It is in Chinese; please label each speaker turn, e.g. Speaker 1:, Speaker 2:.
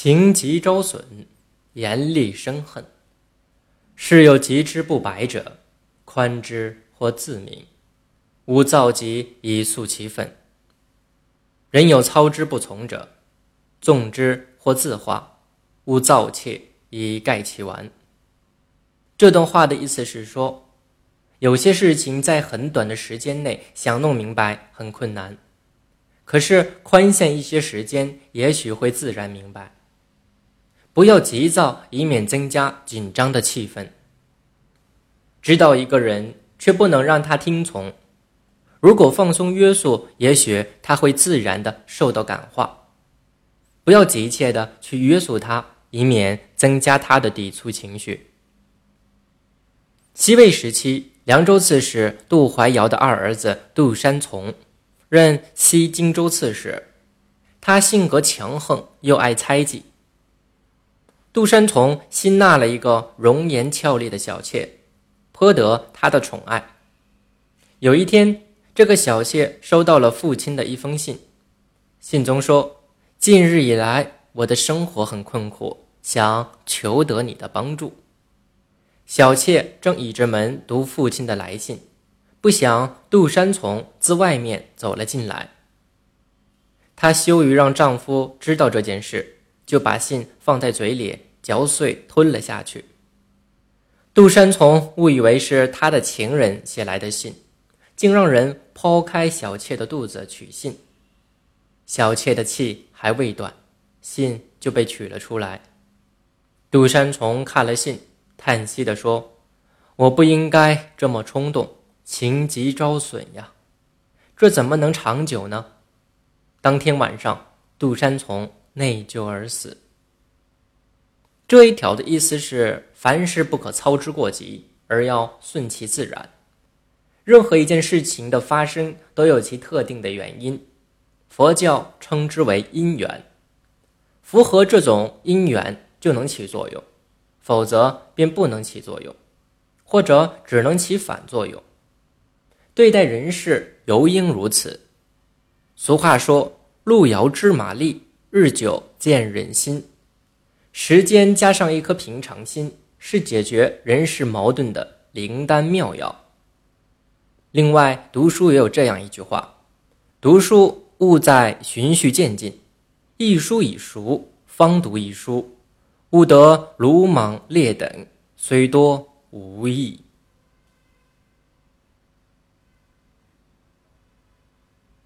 Speaker 1: 情急招损，严厉生恨。事有急之不白者，宽之或自明，勿躁急以肃其愤。人有操之不从者，纵之或自化，勿躁怯以盖其完。这段话的意思是说，有些事情在很短的时间内想弄明白很困难，可是宽限一些时间，也许会自然明白。不要急躁，以免增加紧张的气氛。指导一个人，却不能让他听从。如果放松约束，也许他会自然地受到感化。不要急切地去约束他，以免增加他的抵触情绪。西魏时期，凉州刺史杜怀尧的二儿子杜山从任西荆州刺史，他性格强横，又爱猜忌。杜山从新纳了一个容颜俏丽的小妾，颇得他的宠爱。有一天，这个小妾收到了父亲的一封信，信中说，近日以来，我的生活很困苦，想求得你的帮助。小妾正倚着门读父亲的来信，不想杜山从自外面走了进来。她羞于让丈夫知道这件事，就把信放在嘴里嚼碎吞了下去。杜山从误以为是他的情人写来的信，竟让人剖开小妾的肚子取信。小妾的气还未断，信就被取了出来。杜山从看了信，叹息地说，我不应该这么冲动，情急招损呀，这怎么能长久呢？当天晚上，杜山从内疚而死。这一条的意思是，凡事不可操之过急，而要顺其自然。任何一件事情的发生都有其特定的原因，佛教称之为因缘。符合这种因缘就能起作用，否则便不能起作用，或者只能起反作用。对待人事尤应如此。俗话说，路遥知马力，日久见人心。时间加上一颗平常心，是解决人事矛盾的灵丹妙药。另外，读书也有这样一句话，读书务在循序渐进，一书已熟，方读一书，勿得鲁莽劣等，虽多无益。